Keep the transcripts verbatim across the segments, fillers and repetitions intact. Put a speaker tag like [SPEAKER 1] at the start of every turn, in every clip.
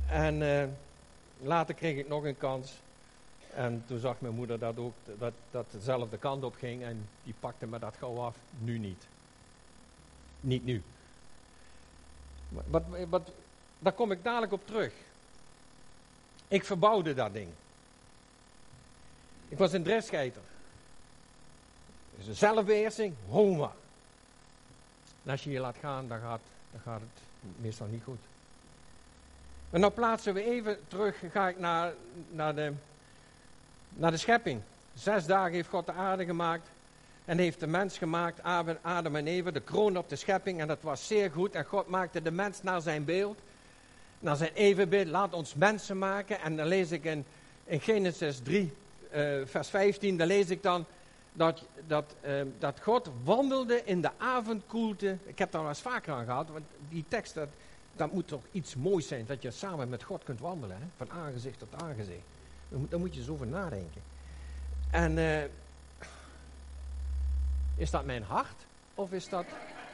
[SPEAKER 1] En uh, later kreeg ik nog een kans. En toen zag mijn moeder dat ook, dat, dat dezelfde kant op ging. En die pakte me dat gauw af. Nu niet. Niet nu. Wat, wat, daar kom ik dadelijk op terug. Ik verbouwde dat ding. Ik was een dresscheiter. Dus een zelfbeheersing, Roma. En als je je laat gaan, dan gaat, dan gaat het meestal niet goed. En nou plaatsen we even terug, ga ik naar, naar, de, naar de schepping. Zes dagen heeft God de aarde gemaakt. En heeft de mens gemaakt, Adam en Eva, de kroon op de schepping. En dat was zeer goed. En God maakte de mens naar zijn beeld. Naar zijn evenbeeld. Laat ons mensen maken. En dan lees ik in, in Genesis drie, uh, vers vijftien. Dan lees ik dan dat, dat, uh, dat God wandelde in de avondkoelte. Ik heb daar wel eens vaker aan gehad. Want die tekst, dat, dat moet toch iets moois zijn. Dat je samen met God kunt wandelen. Hè? Van aangezicht tot aangezicht. Daar, daar moet je eens over nadenken. En... Uh, Is dat mijn hart? Of is dat...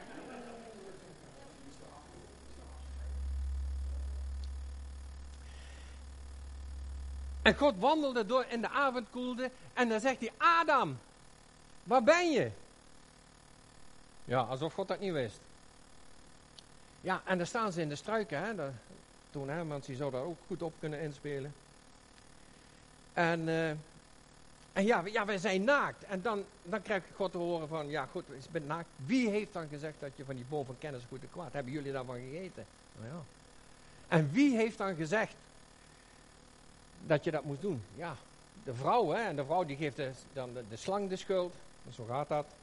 [SPEAKER 1] En God wandelde door in de avondkoelte. En dan zegt hij, Adam, waar ben je? Ja, alsof God dat niet wist. Ja, en dan staan ze in de struiken. Hè, de, toen Hermans, die zou daar ook goed op kunnen inspelen. En... Uh, En ja, ja, wij zijn naakt. En dan, dan krijg ik God te horen van, ja goed, je bent naakt. Wie heeft dan gezegd dat je van die boom van kennis goed en kwaad, hebben jullie daarvan gegeten? Nou ja. En wie heeft dan gezegd dat je dat moest doen? Ja, de vrouw, hè. En de vrouw die geeft de, dan de, de slang de schuld. En zo gaat dat.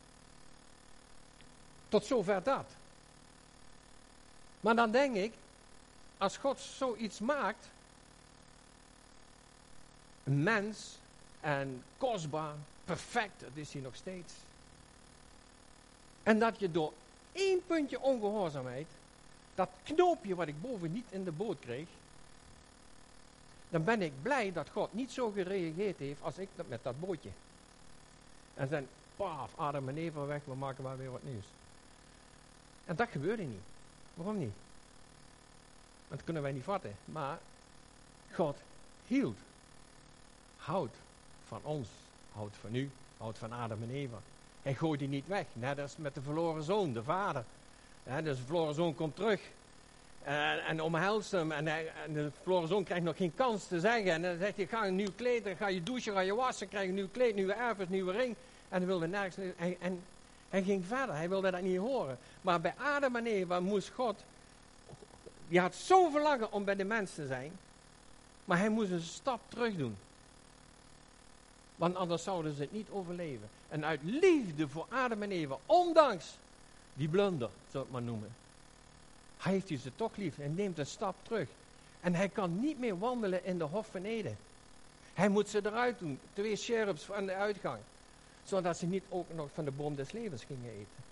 [SPEAKER 1] Tot zover dat. Maar dan denk ik, als God zoiets maakt, een mens... En kostbaar, perfect, dat is hij nog steeds. En dat je door één puntje ongehoorzaamheid, dat knoopje wat ik boven niet in de boot kreeg, dan ben ik blij dat God niet zo gereageerd heeft als ik dat met dat bootje. En dan, paf, Adam en Eva weg, we maken maar weer wat nieuws. En dat gebeurde niet. Waarom niet? Want dat kunnen wij niet vatten. Maar God hield, houdt. Van ons, houdt van u, houdt van Adam en Eva. Hij gooit die niet weg, net als met de verloren zoon, de vader. He, dus de verloren zoon komt terug en, en omhelst hem. En, hij, en de verloren zoon krijgt nog geen kans te zeggen. En dan zegt hij, ga een nieuw kleed, dan ga je douchen, ga je wassen, krijg een nieuw kleed, nieuwe erfenis, nieuwe ring. En hij wilde nergens, en, en hij ging verder, hij wilde dat niet horen. Maar bij Adam en Eva moest God, die had zo'n verlangen om bij de mens te zijn, maar hij moest een stap terug doen. Want anders zouden ze het niet overleven. En uit liefde voor Adam en Eva, ondanks die blunder, zou ik maar noemen. Hij heeft ze toch lief en neemt een stap terug. En hij kan niet meer wandelen in de Hof van Eden. Hij moet ze eruit doen. Twee cherubs aan de uitgang. Zodat ze niet ook nog van de boom des levens gingen eten.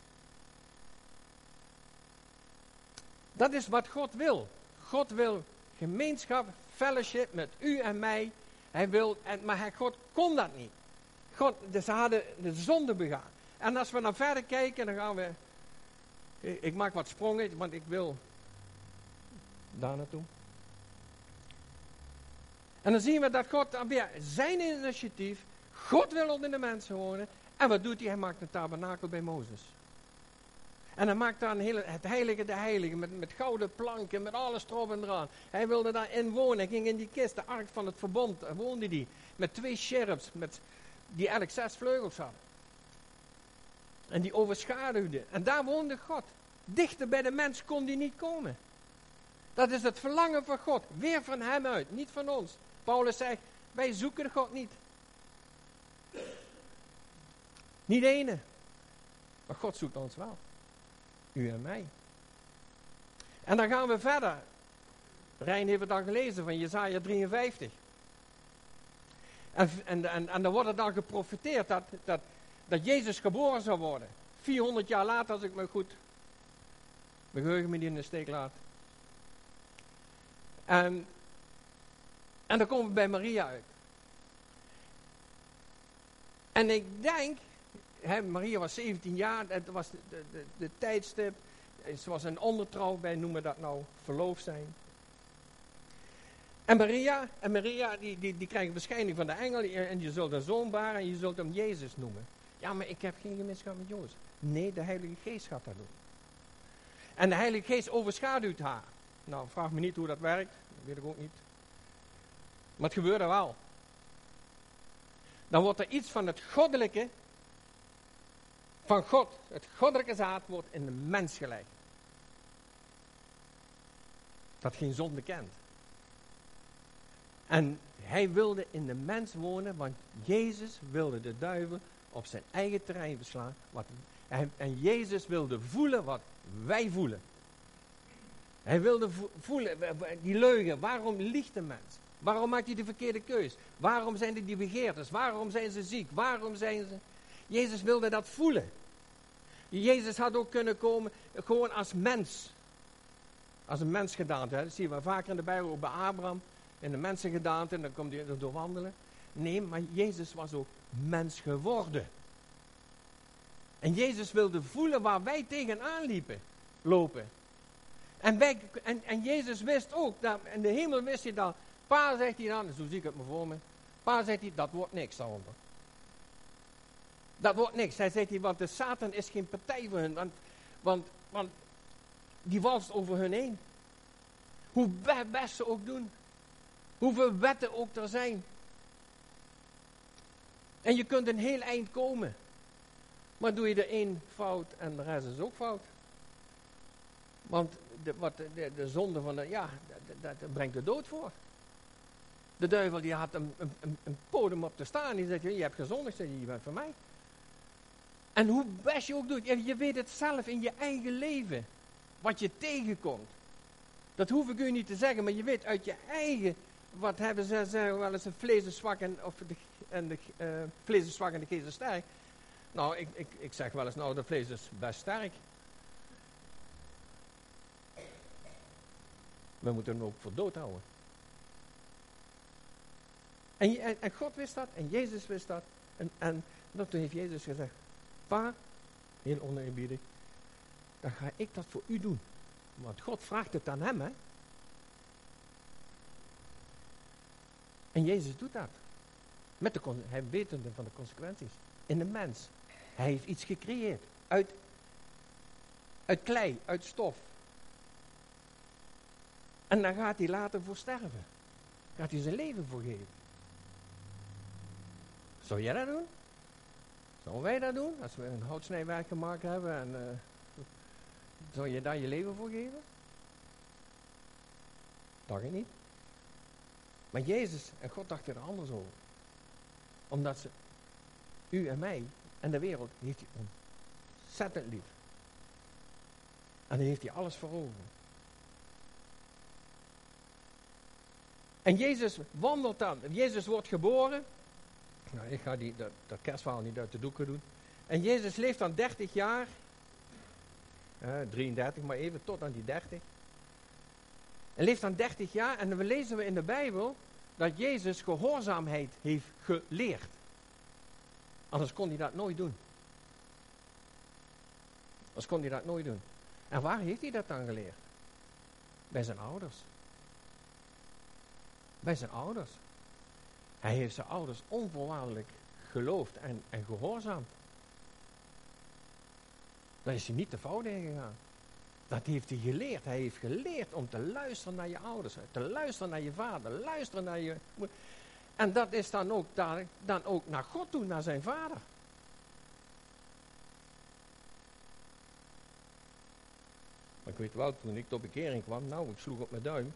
[SPEAKER 1] Dat is wat God wil. God wil gemeenschap, fellowship met u en mij. Hij wil, en, maar hij, God kon dat niet. God, dus ze hadden de zonde begaan. En als we dan verder kijken, dan gaan we... Ik, ik maak wat sprongen, want ik wil daar naartoe. En dan zien we dat God dan weer zijn initiatief, God wil onder de mensen wonen. En wat doet hij? Hij maakt een tabernakel bij Mozes. En hij maakt daar een hele, het heilige de heilige, met, met gouden planken, met alles erop en eraan. Hij wilde daarin wonen, hij ging in die kist, de ark van het verbond, daar woonde hij. Met twee cherubs, met, die eigenlijk zes vleugels hadden. En die overschaduwden. En daar woonde God. Dichter bij de mens kon die niet komen. Dat is het verlangen van God. Weer van hem uit, niet van ons. Paulus zegt, wij zoeken God niet. Niet ene. Maar God zoekt ons wel. U en mij. En dan gaan we verder. Rijn heeft het al gelezen van Jesaja drieënvijftig. En, en, en, en dan wordt er dan geprofeteerd dat, dat, dat Jezus geboren zou worden. vierhonderd jaar later, als ik me goed... Mijn geheugen me niet in de steek laat. En, en dan komen we bij Maria uit. En ik denk... He, Maria was zeventien jaar, het was de, de, de, de tijdstip. Ze was een ondertrouw, wij noemen dat nou verloofd zijn. En Maria, en Maria die, die, die krijgt een verschijning van de engel. En je zult een zoon baren en je zult hem Jezus noemen. Ja, maar ik heb geen gemeenschap met Jozef. Nee, de Heilige Geest gaat dat doen. En de Heilige Geest overschaduwt haar. Nou, vraag me niet hoe dat werkt. Dat weet ik ook niet. Maar het gebeurde wel. Dan wordt er iets van het goddelijke, van God, het goddelijke zaad wordt in de mens gelegd. Dat geen zonde kent. En hij wilde in de mens wonen, want Jezus wilde de duivel op zijn eigen terrein beslaan. Wat, en, en Jezus wilde voelen wat wij voelen. Hij wilde vo- voelen, die leugen, waarom liegt de mens? Waarom maakt hij de verkeerde keus? Waarom zijn er die begeertes? Waarom zijn ze ziek? Waarom zijn ze... Jezus wilde dat voelen. Jezus had ook kunnen komen gewoon als mens. Als een mensgedaante. Hè? Dat zie je vaker in de Bijbel, ook bij Abraham. In de mensengedaante, en dan komt hij er door wandelen. Nee, maar Jezus was ook mens geworden. En Jezus wilde voelen waar wij tegenaan liepen, lopen. En, wij, en, en Jezus wist ook, dat, in de hemel wist hij dat. Pa, zegt hij dan, zo zie ik het me voor me. Pa, zegt hij, dat wordt niks daaronder. Dat wordt niks. Hij zegt hij, want de Satan is geen partij voor hun. Want, want, want die walst over hun heen. Hoe best ze ook doen. Hoeveel wetten ook er zijn. En je kunt een heel eind komen. Maar doe je er één fout en de rest is ook fout. Want de, wat de, de, de zonde van de, ja, dat, dat brengt de dood voor. De duivel die had een, een, een podium op te staan. Die zegt, je hebt gezondigd, zeg je, je bent van mij. En hoe best je ook doet, je weet het zelf in je eigen leven. Wat je tegenkomt. Dat hoef ik u niet te zeggen, maar je weet uit je eigen... Wat hebben ze, zeggen wel eens, een vlees is zwak en, of de, en de uh, vlees is zwak en de geest is sterk. Nou, ik, ik, ik zeg wel eens, nou, de vlees is best sterk. We moeten hem ook voor dood houden. En, en, en God wist dat, en Jezus wist dat. En, en toen heeft Jezus gezegd, pa, heel oneerbiedig, dan ga ik dat voor u doen. Want God vraagt het aan hem, hè. En Jezus doet dat. Met de, hij wetende van de consequenties. In de mens. Hij heeft iets gecreëerd. Uit, uit klei, uit stof. En daar gaat hij later voor sterven. Gaat hij zijn leven voor geven. Zou jij dat doen? Zouden wij dat doen? Als we een houtsnijwerk gemaakt hebben. En, uh, zou je daar je leven voor geven? Dacht ik niet. Maar Jezus en God dachten er anders over. Omdat ze, u en mij en de wereld, heeft hij ontzettend lief. En daar heeft hij alles voor over. En Jezus wandelt dan. Jezus wordt geboren. Nou, ik ga die, dat, dat kerstverhaal niet uit de doeken doen. En Jezus leeft dan dertig jaar. Uh, drieëndertig, maar even tot aan die dertig. En leeft dan dertig jaar en dan lezen we in de Bijbel dat Jezus gehoorzaamheid heeft geleerd. Anders kon hij dat nooit doen. Anders kon hij dat nooit doen. En waar heeft hij dat dan geleerd? Bij zijn ouders. Bij zijn ouders. Hij heeft zijn ouders onvoorwaardelijk geloofd en, en gehoorzaamd. Daar is hij niet te fout in gegaan. Dat heeft hij geleerd. Hij heeft geleerd om te luisteren naar je ouders. Te luisteren naar je vader. Luisteren naar je moeder. En dat is dan ook, daar, dan ook naar God toe, naar zijn vader. Maar ik weet wel, toen ik tot bekering kwam, nou, ik sloeg op mijn duim.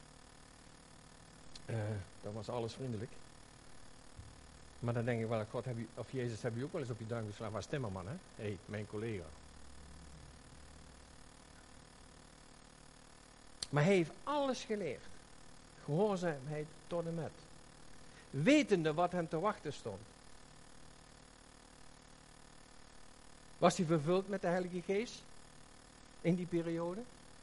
[SPEAKER 1] Uh, dat was alles vriendelijk. Maar dan denk ik wel, God, heb je, of Jezus, heb je ook wel eens op je duim geslagen? Was Timmerman, hè? Hé, hey, mijn collega. Maar hij heeft alles geleerd. Gehoorzaamheid tot en met. Wetende wat hem te wachten stond. Was hij vervuld met de Heilige Geest? In die periode?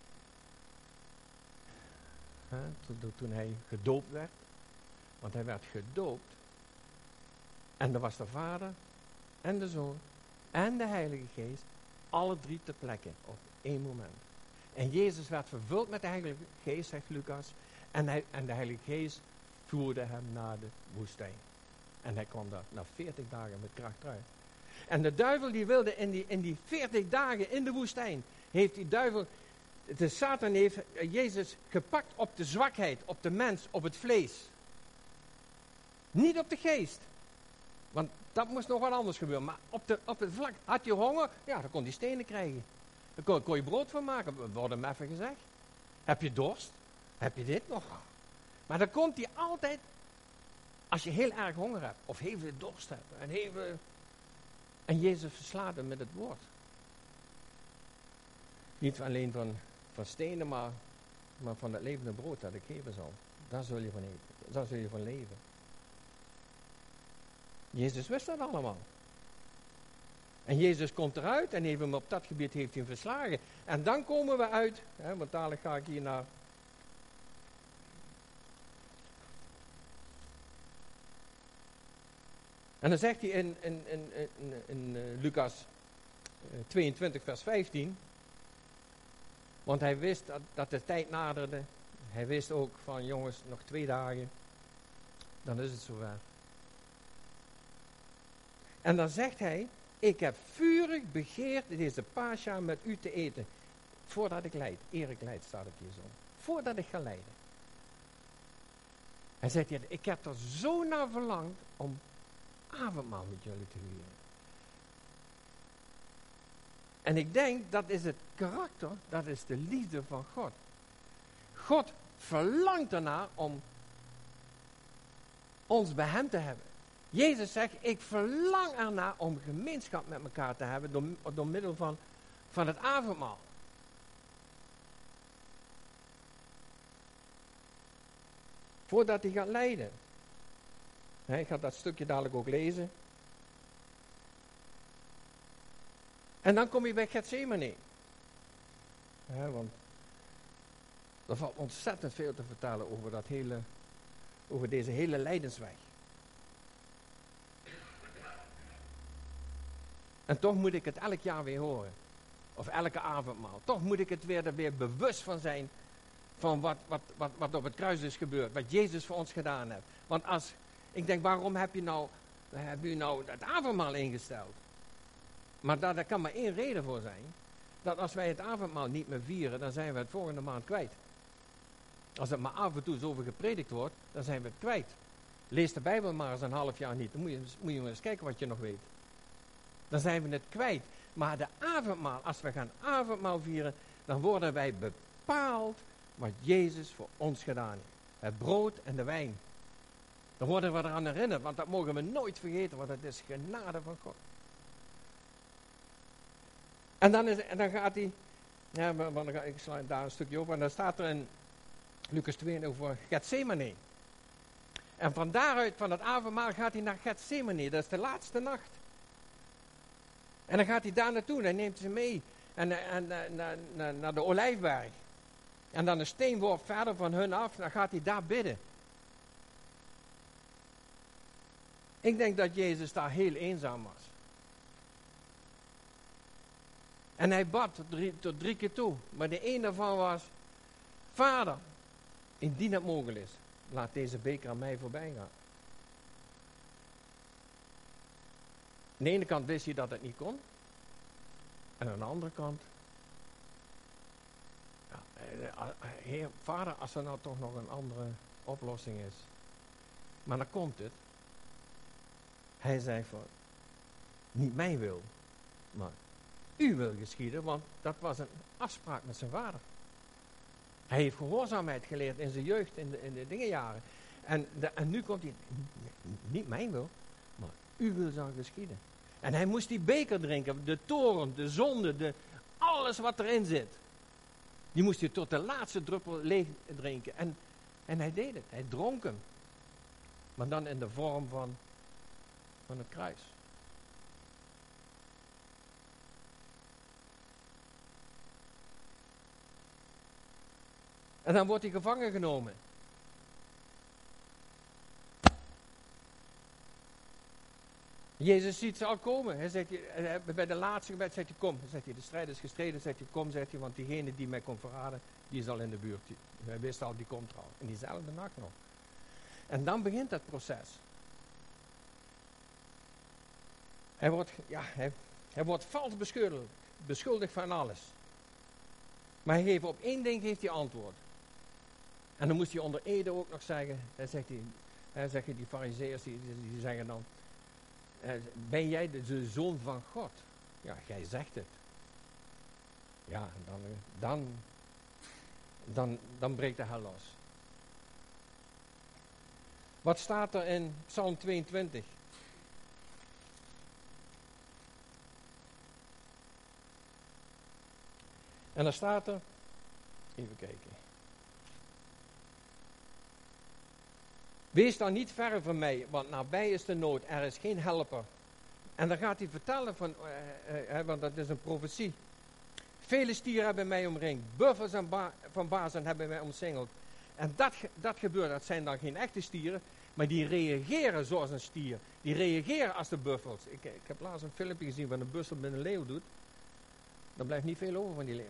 [SPEAKER 1] Huh? Toen, toen hij gedoopt werd. Want hij werd gedoopt. En er was de Vader en de Zoon en de Heilige Geest. Alle drie ter plekke op één moment. En Jezus werd vervuld met de Heilige Geest, zegt Lucas. En, hij, en de Heilige Geest voerde hem naar de woestijn. En hij kwam daar na veertig dagen met kracht uit. En de duivel die wilde in die, in die veertig dagen in de woestijn, heeft die duivel, de Satan heeft Jezus gepakt op de zwakheid, op de mens, op het vlees. Niet op de geest. Want dat moest nog wat anders gebeuren. Maar op, de, op het vlak, had je honger? Ja, dan kon je stenen krijgen. Daar kon, kon je brood van maken, wordt hem even gezegd. Heb je dorst? Heb je dit nog? Maar dan komt hij altijd, als je heel erg honger hebt, of heel veel dorst hebt, en, heel veel, en Jezus verslaat hem met het woord. Niet alleen van, van stenen, maar, maar van het levende brood dat ik geven zal. Daar zul je van eten, daar zul je van leven. Jezus wist dat allemaal. En Jezus komt eruit en heeft hem op dat gebied heeft hij hem verslagen. En dan komen we uit, hè, want dadelijk ga ik hier naar... En dan zegt hij in, in, in, in, in uh, Lucas tweeëntwintig vers vijftien, want hij wist dat, dat de tijd naderde. Hij wist ook van jongens, nog twee dagen, dan is het zover. En dan zegt hij, ik heb vurig begeerd deze Pascha met u te eten, voordat ik lijd. Eer ik lijd, staat het hier zo. Voordat ik ga lijden. Hij zegt, ik heb er zo naar verlangd om avondmaal met jullie te vieren. En ik denk, dat is het karakter, dat is de liefde van God. God verlangt ernaar om ons bij hem te hebben. Jezus zegt, ik verlang ernaar om gemeenschap met elkaar te hebben door, door middel van, van het avondmaal. Voordat hij gaat lijden. He, ik ga dat stukje dadelijk ook lezen. En dan kom je bij Gethsemane. He, want er valt ontzettend veel te vertellen over, dat hele, over deze hele lijdensweg. En toch moet ik het elk jaar weer horen. Of elke avondmaal. Toch moet ik het weer er weer bewust van zijn. Van wat, wat, wat, wat op het kruis is gebeurd. Wat Jezus voor ons gedaan heeft. Want als, ik denk, waarom heb je nou, heb je nou het avondmaal ingesteld? Maar daar, daar kan maar één reden voor zijn. Dat als wij het avondmaal niet meer vieren, dan zijn we het volgende maand kwijt. Als het maar af en toe zo over gepredikt wordt, dan zijn we het kwijt. Lees de Bijbel maar eens een half jaar niet. Dan moet je, moet je maar eens kijken wat je nog weet. Dan zijn we het kwijt. Maar de avondmaal, als we gaan avondmaal vieren, dan worden wij bepaald wat Jezus voor ons gedaan heeft. Het brood en de wijn. Dan worden we eraan herinnerd, want dat mogen we nooit vergeten, want het is genade van God. En dan, is, en dan gaat hij, ja, want dan ga, ik sla daar een stukje over, en dan staat er in Lucas twee over Gethsemane. En van daaruit, van het avondmaal, gaat hij naar Gethsemane. Dat is de laatste nacht. En dan gaat hij daar naartoe en hij neemt ze mee en, en, en, en, en, naar de Olijfberg. En dan een steenworp verder van hun af, dan gaat hij daar bidden. Ik denk dat Jezus daar heel eenzaam was. En hij bad tot drie, tot drie keer toe. Maar de ene daarvan was, Vader, indien het mogelijk is, laat deze beker aan mij voorbij gaan. Aan de ene kant wist hij dat het niet kon. En aan de andere kant, ja, Heer, Vader, als er nou toch nog een andere oplossing is. Maar dan komt het. Hij zei van, niet mijn wil, maar uw wil geschieden, want dat was een afspraak met zijn vader. Hij heeft gehoorzaamheid geleerd in zijn jeugd, in de, in de dingenjaren. En, de, en nu komt hij, niet mijn wil, maar uw wil zal geschieden. En hij moest die beker drinken, de toorn, de zonde, de, alles wat erin zit. Die moest hij tot de laatste druppel leeg drinken. En, en hij deed het, hij dronk hem. Maar dan in de vorm van, van het kruis. En dan wordt hij gevangen genomen. Jezus ziet ze al komen. Hij zegt, bij de laatste gebed zegt hij, kom. Dan zegt hij, de strijd is gestreden. Zegt hij, kom, zegt hij, want diegene die mij komt verraden, die is al in de buurt. Hij wist al, die komt er al. In diezelfde nacht nog. En dan begint het proces. Hij wordt, ja, hij, hij wordt vals beschuldigd, beschuldigd van alles. Maar hij geeft op één ding heeft hij antwoord. En dan moest hij onder ede ook nog zeggen, dan zegt hij, dan zeggen die farizeeërs, die, die, die zeggen dan, ben jij de, de zoon van God? Ja, jij zegt het. Ja, dan, dan, dan, dan breekt de hel los. Wat staat er in Psalm tweeëntwintig? En dan staat er, even kijken. Wees dan niet ver van mij, want nabij is de nood, er is geen helper. En dan gaat hij vertellen, van, uh, uh, want dat is een profetie. Vele stieren hebben mij omringd, buffels en ba- van Bazan hebben mij omsingeld. En dat, dat gebeurt, dat zijn dan geen echte stieren, maar die reageren zoals een stier. Die reageren als de buffels. Ik, ik heb laatst een filmpje gezien van een buffel met een leeuw doet. Dan blijft niet veel over van die leeuw.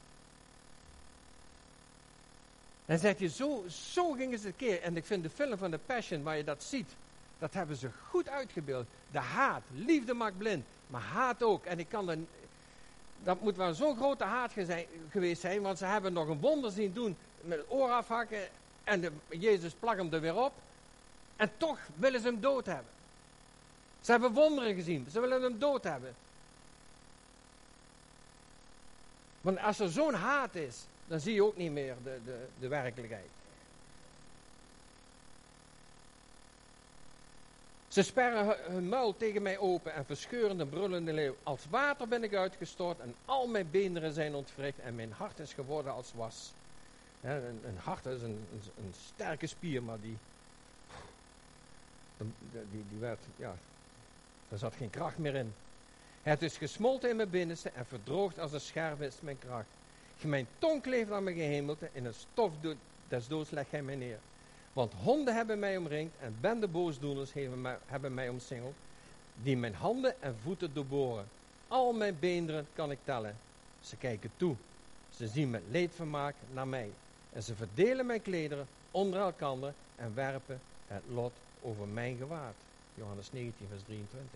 [SPEAKER 1] En zegt hij, zo, zo gingen ze een keer. En ik vind de film van The Passion, waar je dat ziet, dat hebben ze goed uitgebeeld. De haat, liefde maakt blind, maar haat ook. En ik kan er, dat moet wel zo'n grote haat geze- geweest zijn, want ze hebben nog een wonder zien doen met het oor afhakken. En de, Jezus plakt hem er weer op. En toch willen ze hem dood hebben. Ze hebben wonderen gezien, ze willen hem dood hebben. Want als er zo'n haat is, dan zie je ook niet meer de, de, de werkelijkheid. Ze sperren hun muil tegen mij open en verscheuren de brullende leeuw. Als water ben ik uitgestort en al mijn beenderen zijn ontwricht en mijn hart is geworden als was. Ja, een, een hart is een, een, een sterke spier, maar die, die, die werd, ja, er zat geen kracht meer in. Het is gesmolten in mijn binnenste en verdroogd als een scherf is mijn kracht. Mijn tong kleeft aan mijn gehemelte, in het stof des doods legt gij mij neer. Want honden hebben mij omringd en bende boosdoeners hebben mij, hebben mij omsingeld, die mijn handen en voeten doorboren. Al mijn beenderen kan ik tellen. Ze kijken toe. Ze zien met leedvermaak naar mij. En ze verdelen mijn klederen onder elkander en werpen het lot over mijn gewaad. Johannes negentien, vers drieëntwintig.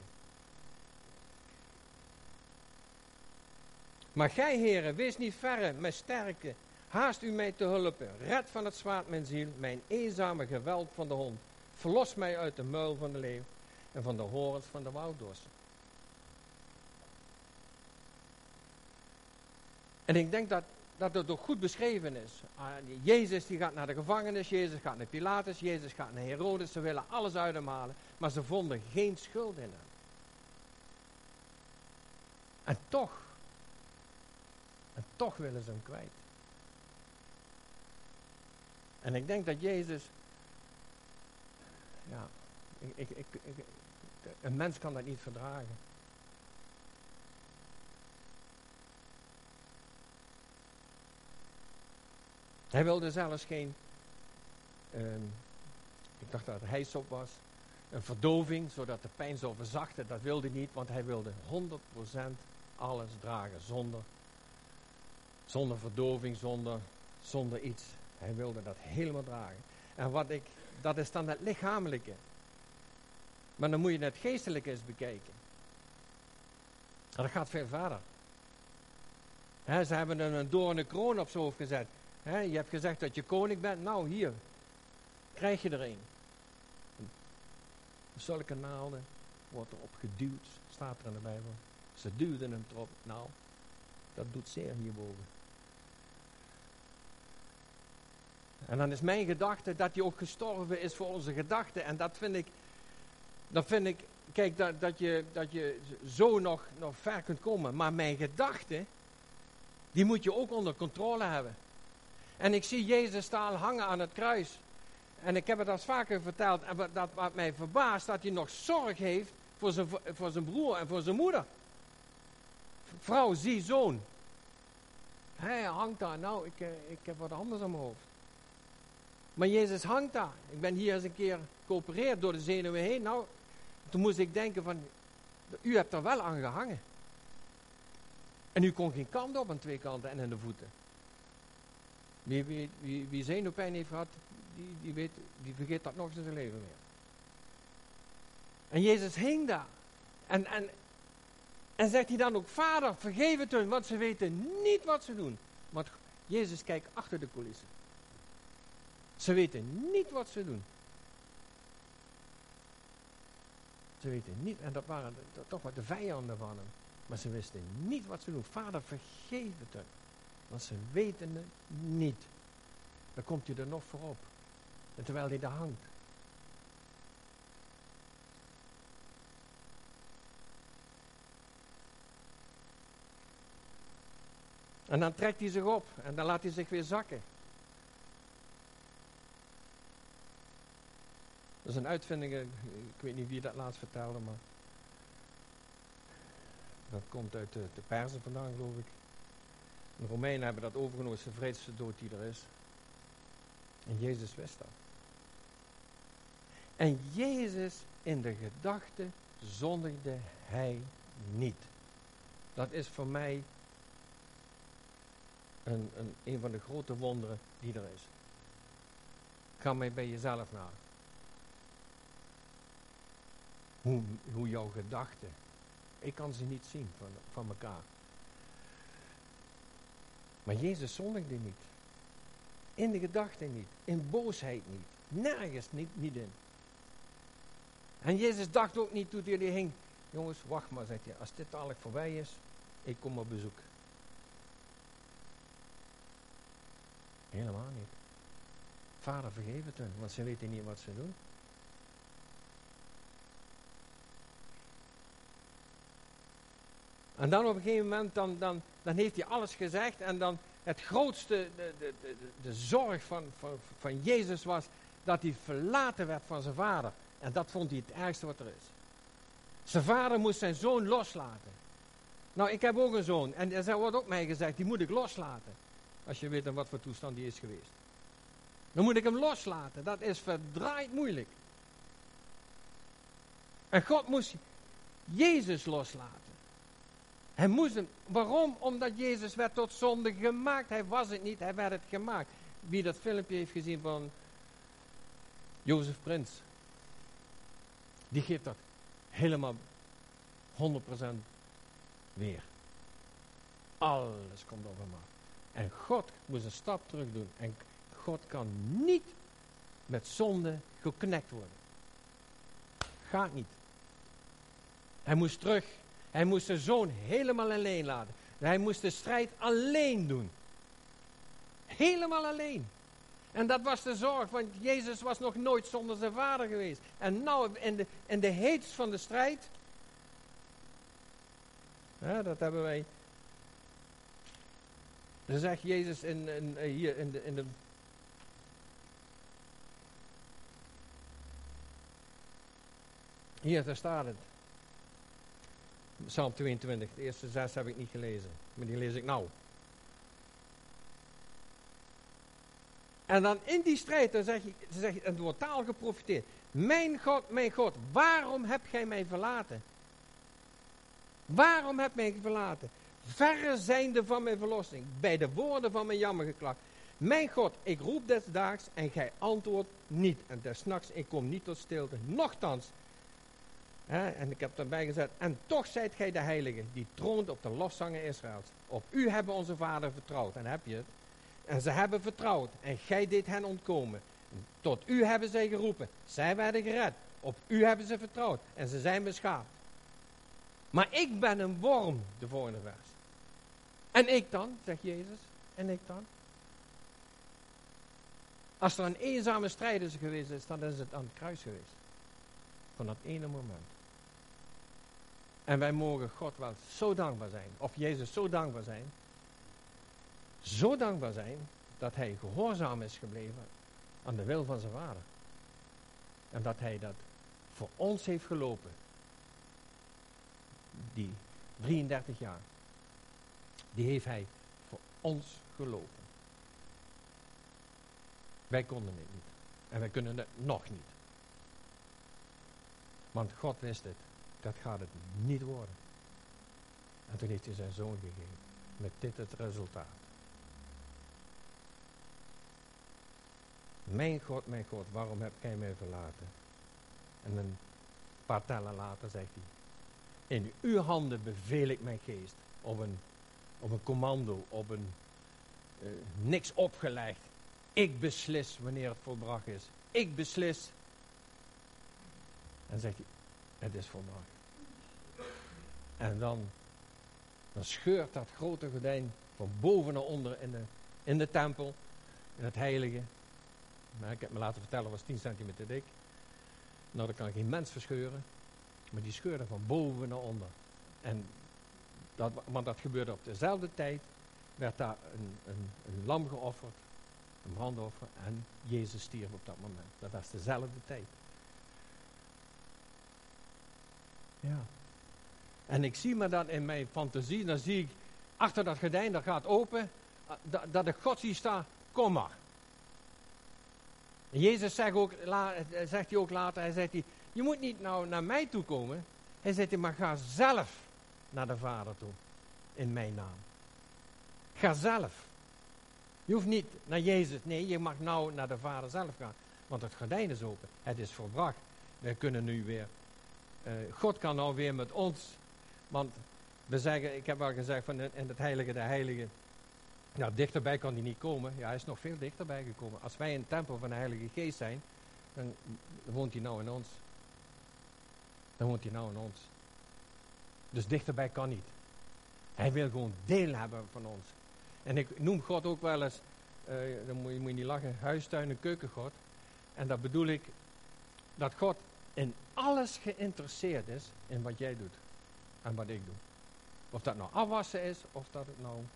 [SPEAKER 1] Maar gij, heren, wees niet verre, mij sterke. Haast u mij te hulpen. Red van het zwaard mijn ziel, mijn eenzame geweld van de hond. Verlos mij uit de muil van de leeuw en van de horens van de wouddossen. En ik denk dat, dat het ook goed beschreven is. Uh, Jezus die gaat naar de gevangenis, Jezus gaat naar Pilatus, Jezus gaat naar Herodes. Ze willen alles uit hem halen, maar ze vonden geen schuld in hem. En toch, en toch willen ze hem kwijt. En ik denk dat Jezus, ja, ik, ik, ik, ik, een mens kan dat niet verdragen. Hij wilde zelfs geen, um, ik dacht dat het hijsop was, een verdoving, zodat de pijn zou verzachten. Dat wilde hij niet, want hij wilde honderd procent alles dragen, zonder, zonder verdoving, zonder, zonder iets. Hij wilde dat helemaal dragen. En wat ik, dat is dan het lichamelijke. Maar dan moet je het geestelijke eens bekijken. En dat gaat veel verder. He, ze hebben er een doornen kroon op zijn hoofd gezet. He, je hebt gezegd dat je koning bent. Nou, hier. Krijg je er een. Zulke naalden wordt erop geduwd. Staat er in de Bijbel. Ze duwden hem erop. Nou, dat doet zeer hierboven. En dan is mijn gedachte dat hij ook gestorven is voor onze gedachten. En dat vind ik, dat vind ik, kijk, dat, dat, je, dat je zo nog, nog ver kunt komen. Maar mijn gedachten, die moet je ook onder controle hebben. En ik zie Jezus staan hangen aan het kruis. En ik heb het al vaker verteld. En wat, dat, wat mij verbaast, dat hij nog zorg heeft voor zijn, voor zijn broer en voor zijn moeder. Vrouw, zie, zoon. Hij hangt daar. Nou, ik, ik heb wat anders aan mijn hoofd. Maar Jezus hangt daar. Ik ben hier eens een keer geopereerd door de zenuwen heen. Nou, toen moest ik denken van, U hebt er wel aan gehangen. En u kon geen kant op aan twee kanten en in de voeten. Wie, wie, wie, wie zenuwpijn heeft gehad, die, die, weet, die vergeet dat nog in zijn leven meer. En Jezus hing daar. En, en, en zegt hij dan ook, Vader, vergeef het hun, want ze weten niet wat ze doen. Want Jezus kijkt achter de coulissen. Ze weten niet wat ze doen. Ze weten niet, en dat waren de, toch wat de vijanden van hem. Maar ze wisten niet wat ze doen. Vader, vergeef het hun. Want ze weten het niet. Dan komt hij er nog voor op. En terwijl hij daar hangt. En dan trekt hij zich op. En dan laat hij zich weer zakken. Dat is een uitvinding. Ik weet niet wie dat laatst vertelde. Maar dat komt uit de, de Perzen vandaan, geloof ik. De Romeinen hebben dat overgenomen. Het is de vreedste dood die er is. En Jezus wist dat. En Jezus in de gedachte zondigde hij niet. Dat is voor mij een, een, een van de grote wonderen die er is. Ga maar bij jezelf na. Hoe, hoe jouw gedachten. Ik kan ze niet zien van, van elkaar. Maar Jezus zondigde niet. In de gedachten niet. In boosheid niet. Nergens niet, niet in. En Jezus dacht ook niet toen hij hing. Jongens, wacht maar, zegt hij. Als dit dadelijk voorbij is, ik kom op bezoek. Helemaal niet. Vader, vergeef het hun, want ze weten niet wat ze doen. En dan op een gegeven moment, dan, dan, dan heeft hij alles gezegd. En dan het grootste, de, de, de, de zorg van, van, van Jezus was dat hij verlaten werd van zijn vader. En dat vond hij het ergste wat er is. Zijn vader moest zijn zoon loslaten. Nou, ik heb ook een zoon. En er wordt ook mij gezegd, die moet ik loslaten. Als je weet in wat voor toestand die is geweest. Dan moet ik hem loslaten. Dat is verdraaid moeilijk. En God moest Jezus loslaten. Hij moest hem, waarom? Omdat Jezus werd tot zonde gemaakt. Hij was het niet, hij werd het gemaakt. Wie dat filmpje heeft gezien van Jozef Prins. Die geeft dat helemaal honderd procent weer. Alles komt op hem af. En God moest een stap terug doen. En God kan niet met zonde geknekt worden. Gaat niet. Hij moest terug. Hij moest zijn zoon helemaal alleen laten. Hij moest de strijd alleen doen. Helemaal alleen. En dat was de zorg, want Jezus was nog nooit zonder zijn vader geweest. En nou, in de, in de heetst van de strijd, ja, dat hebben wij. Dan zegt Jezus in, in, hier in de, in de hier, daar staat het. Psalm tweeëntwintig, de eerste zes heb ik niet gelezen, maar die lees ik nou. En dan in die strijd, dan zeg je, dan zeg je en er wordt taal geprofiteerd. Mijn God, mijn God, waarom heb gij mij verlaten? Waarom heb mij verlaten? Verre zijnde van mijn verlossing, bij de woorden van mijn jammer geklacht. Mijn God, ik roep des daags en gij antwoordt niet. En des nachts, ik kom niet tot stilte. Nochtans, hè, en ik heb daarbij gezet, en toch zijt gij de heilige, die troont op de lofzangen Israëls. Op u hebben onze vader vertrouwd, en heb je het. En ze hebben vertrouwd, en gij deed hen ontkomen. Tot u hebben zij geroepen, zij werden gered. Op u hebben ze vertrouwd, en ze zijn beschaamd. Maar ik ben een worm, de volgende vers. En ik dan, zegt Jezus, en ik dan? Als er een eenzame strijd is geweest is, dan is het aan het kruis geweest. Van dat ene moment. En wij mogen God wel zo dankbaar zijn, of Jezus zo dankbaar zijn, zo dankbaar zijn, dat hij gehoorzaam is gebleven aan de wil van zijn vader. En dat hij dat voor ons heeft gelopen. Die drieëndertig jaar. Die heeft hij voor ons gelopen. Wij konden het niet. En wij kunnen het nog niet. Want God wist het. dat gaat het niet worden. En toen heeft hij zijn zoon gegeven. Met dit het resultaat. Mijn God, mijn God, waarom heb gij mij verlaten? En een paar tellen later zegt hij. In uw handen beveel ik mijn geest. Op een, op een commando, op een uh, niks opgelegd. Ik beslis wanneer het volbracht is. Ik beslis. En zegt hij, het is volbracht. En dan, dan scheurt dat grote gordijn van boven naar onder in de, in de tempel, in het heilige. Nou, ik heb me laten vertellen, was tien centimeter dik. Nou, dat kan geen mens verscheuren. Maar die scheurde van boven naar onder. En dat, want dat gebeurde op dezelfde tijd. Werd daar een, een, een lam geofferd. Een brandoffer. En Jezus stierf op dat moment. Dat was dezelfde tijd. Ja. En ik zie me dan in mijn fantasie. Dan zie ik achter dat gordijn, dat gaat open. Dat, dat de God zie staat. Kom maar. En Jezus zegt, ook, la, zegt hij ook later. Hij zegt, je moet niet nou naar mij toe komen. Hij zegt, maar ga zelf naar de Vader toe. In mijn naam. Ga zelf. Je hoeft niet naar Jezus. Nee, je mag nou naar de Vader zelf gaan. Want het gordijn is open. Het is volbracht. We kunnen nu weer. Uh, God kan nou weer met ons. Want we zeggen, ik heb al gezegd van in het heilige de heilige. Nou, dichterbij kan hij niet komen. Ja, hij is nog veel dichterbij gekomen. Als wij een tempel van de Heilige Geest zijn, dan woont hij nou in ons. Dan woont hij nou in ons. Dus dichterbij kan niet. Hij wil gewoon deel hebben van ons. En ik noem God ook wel eens, uh, dan moet je, moet je niet lachen, huistuin en keukengod. En dat bedoel ik, dat God in alles geïnteresseerd is in wat jij doet. En wat ik doe. Of dat nou afwassen is, of dat het nou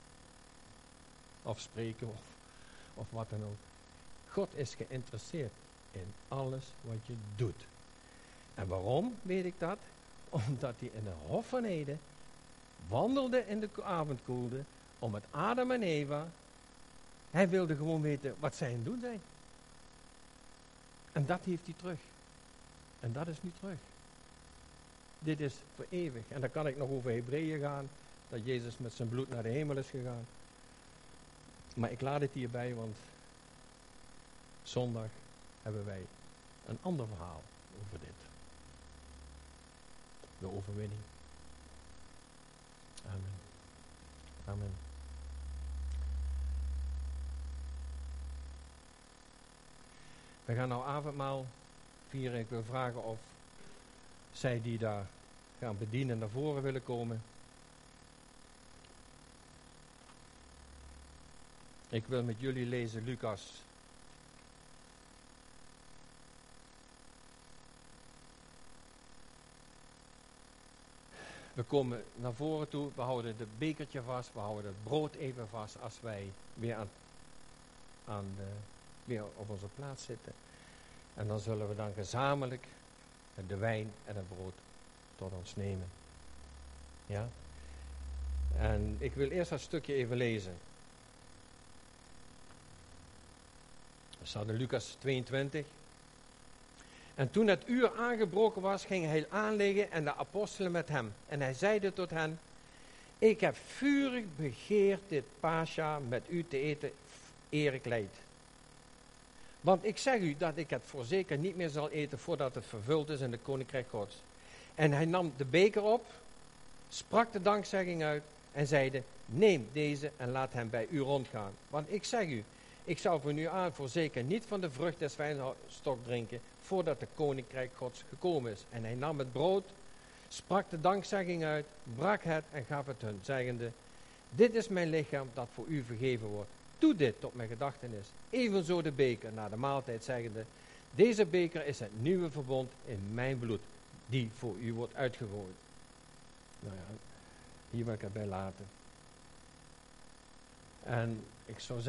[SPEAKER 1] afspreken of, of wat dan ook. God is geïnteresseerd in alles wat je doet. En waarom weet ik dat? Omdat hij in de Hof van Eden wandelde in de avondkoelte om met Adam en Eva. Hij wilde gewoon weten wat zij aan het doen zijn. En dat heeft hij terug. En dat is nu terug. Dit is voor eeuwig. En dan kan ik nog over Hebreeën gaan. Dat Jezus met zijn bloed naar de hemel is gegaan. Maar ik laat het hierbij, want zondag hebben wij een ander verhaal over dit. De overwinning. Amen. Amen. We gaan nou avondmaal vieren. Ik wil vragen of zij die daar gaan bedienen naar voren willen komen. Ik wil met jullie lezen Lucas. We komen naar voren toe, we houden het bekertje vast, we houden het brood even vast als wij weer, aan, aan de, weer op onze plaats zitten. En dan zullen we dan gezamenlijk de wijn en het brood tot ons nemen. Ja? En ik wil eerst dat stukje even lezen. Er staat in Lucas tweeëntwintig. En toen het uur aangebroken was, ging hij aanliggen en de apostelen met hem. En hij zeide tot hen, ik heb vurig begeerd dit paasjaar met u te eten, eer ik lijd. Want ik zeg u dat ik het voorzeker niet meer zal eten voordat het vervuld is in de koninkrijk Gods. En hij nam de beker op, sprak de dankzegging uit en zeide, neem deze en laat hem bij u rondgaan. Want ik zeg u, ik zal voor nu aan voorzeker niet van de vrucht des wijnstok drinken, voordat de koninkrijk Gods gekomen is. En hij nam het brood, sprak de dankzegging uit, brak het en gaf het hun, zeggende, dit is mijn lichaam dat voor u vergeven wordt. Doe dit tot mijn gedachtenis. Evenzo de beker na de maaltijd, zeggende, deze beker is het nieuwe verbond in mijn bloed, die voor u wordt uitgegooid. Nou ja, hier wil ik het bij laten. En ik zou zeggen,